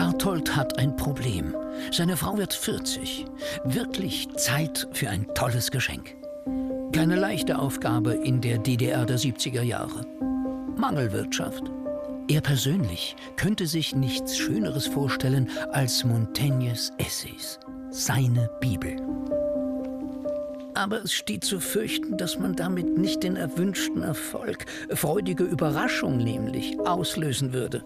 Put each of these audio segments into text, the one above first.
Barthold hat ein Problem. Seine Frau wird 40. Wirklich Zeit für ein tolles Geschenk. Keine leichte Aufgabe in der DDR der 70er Jahre. Mangelwirtschaft. Er persönlich könnte sich nichts Schöneres vorstellen als Montaignes Essays, seine Bibel. Aber es steht zu fürchten, dass man damit nicht den erwünschten Erfolg, freudige Überraschung nämlich, auslösen würde.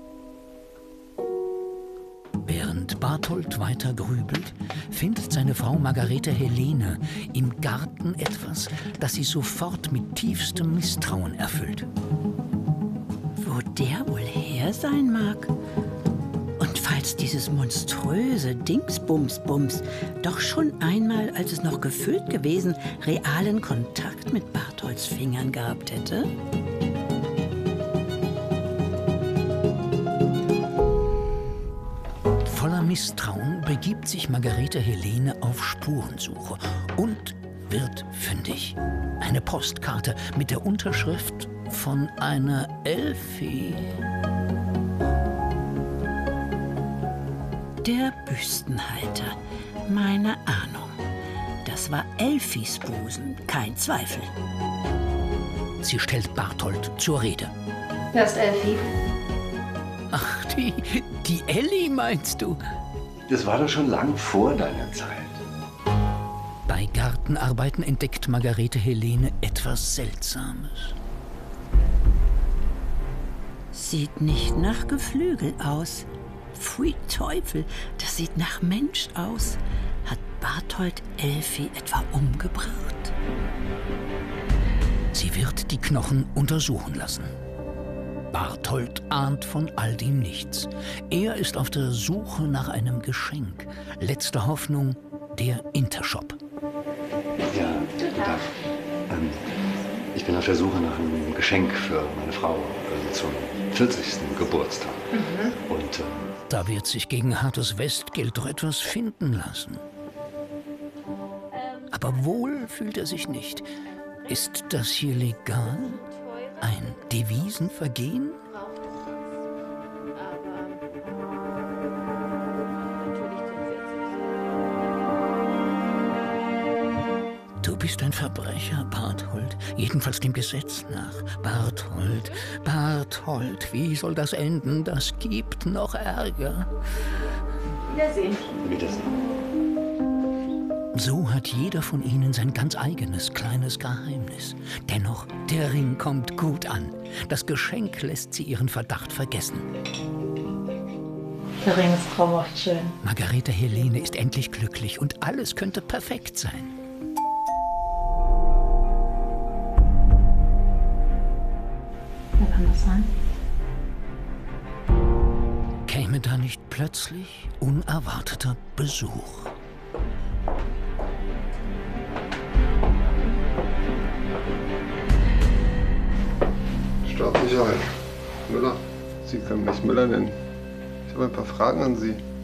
Während Barthold weiter grübelt, findet seine Frau Margarete Helene im Garten etwas, das sie sofort mit tiefstem Misstrauen erfüllt. Wo der wohl her sein mag? Und falls dieses monströse Dingsbumsbums doch schon einmal, als es noch gefüllt gewesen, realen Kontakt mit Bartholds Fingern gehabt hätte? Voller Misstrauen begibt sich Margarete Helene auf Spurensuche und wird fündig. Eine Postkarte mit der Unterschrift von einer Elfi. Der Büstenhalter. Meine Ahnung. Das war Elfis Busen, kein Zweifel. Sie stellt Barthold zur Rede. Wer ist Elfi? Ach, die Elli meinst du? Das war doch schon lang vor deiner Zeit. Bei Gartenarbeiten entdeckt Margarete Helene etwas Seltsames. Sieht nicht nach Geflügel aus. Pfui Teufel, das sieht nach Mensch aus. Hat Barthold Elfi etwa umgebracht? Sie wird die Knochen untersuchen lassen. Barthold ahnt von all dem nichts. Er ist auf der Suche nach einem Geschenk. Letzte Hoffnung, der Intershop. Ja, guten Tag. Ich bin auf der Suche nach einem Geschenk für meine Frau zum 40. Geburtstag. Und da wird sich gegen hartes Westgeld doch etwas finden lassen. Aber wohl fühlt er sich nicht. Ist das hier legal? Ein Devisenvergehen? Du bist ein Verbrecher, Barthold. Jedenfalls dem Gesetz nach. Barthold, Barthold, wie soll das enden? Das gibt noch Ärger. Wiedersehen. Wiedersehen. So hat jeder von ihnen sein ganz eigenes kleines Geheimnis. Dennoch, der Ring kommt gut an. Das Geschenk lässt sie ihren Verdacht vergessen. Der Ring ist traumhaft schön. Margarete Helene ist endlich glücklich und alles könnte perfekt sein. Wer kann das sein? Käme da nicht plötzlich unerwarteter Besuch? Staatssicherheit. Müller. Sie können mich Müller nennen. Ich habe ein paar Fragen an Sie.